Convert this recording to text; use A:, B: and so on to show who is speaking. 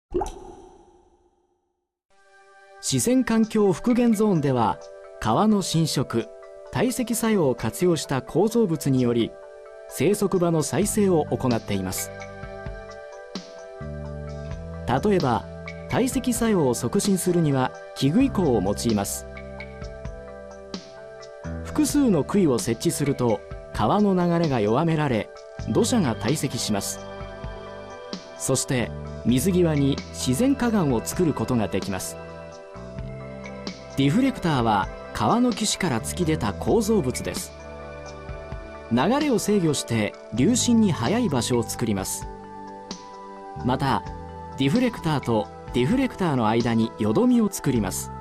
A: 自然環境復元ゾーンでは、川の浸食、堆積作用を活用した構造物により生息場の再生を行っています。例えば堆積作用を促進するには器具移行を用います。複数の杭を設置すると川の流れが弱められ土砂が堆積します。そして水際に自然河岸を作ることができます。ディフレクターは川の岸から突き出た構造物です。流れを制御して流進に速い場所を作ります。またディフレクターとディフレクターの間によどみを作ります。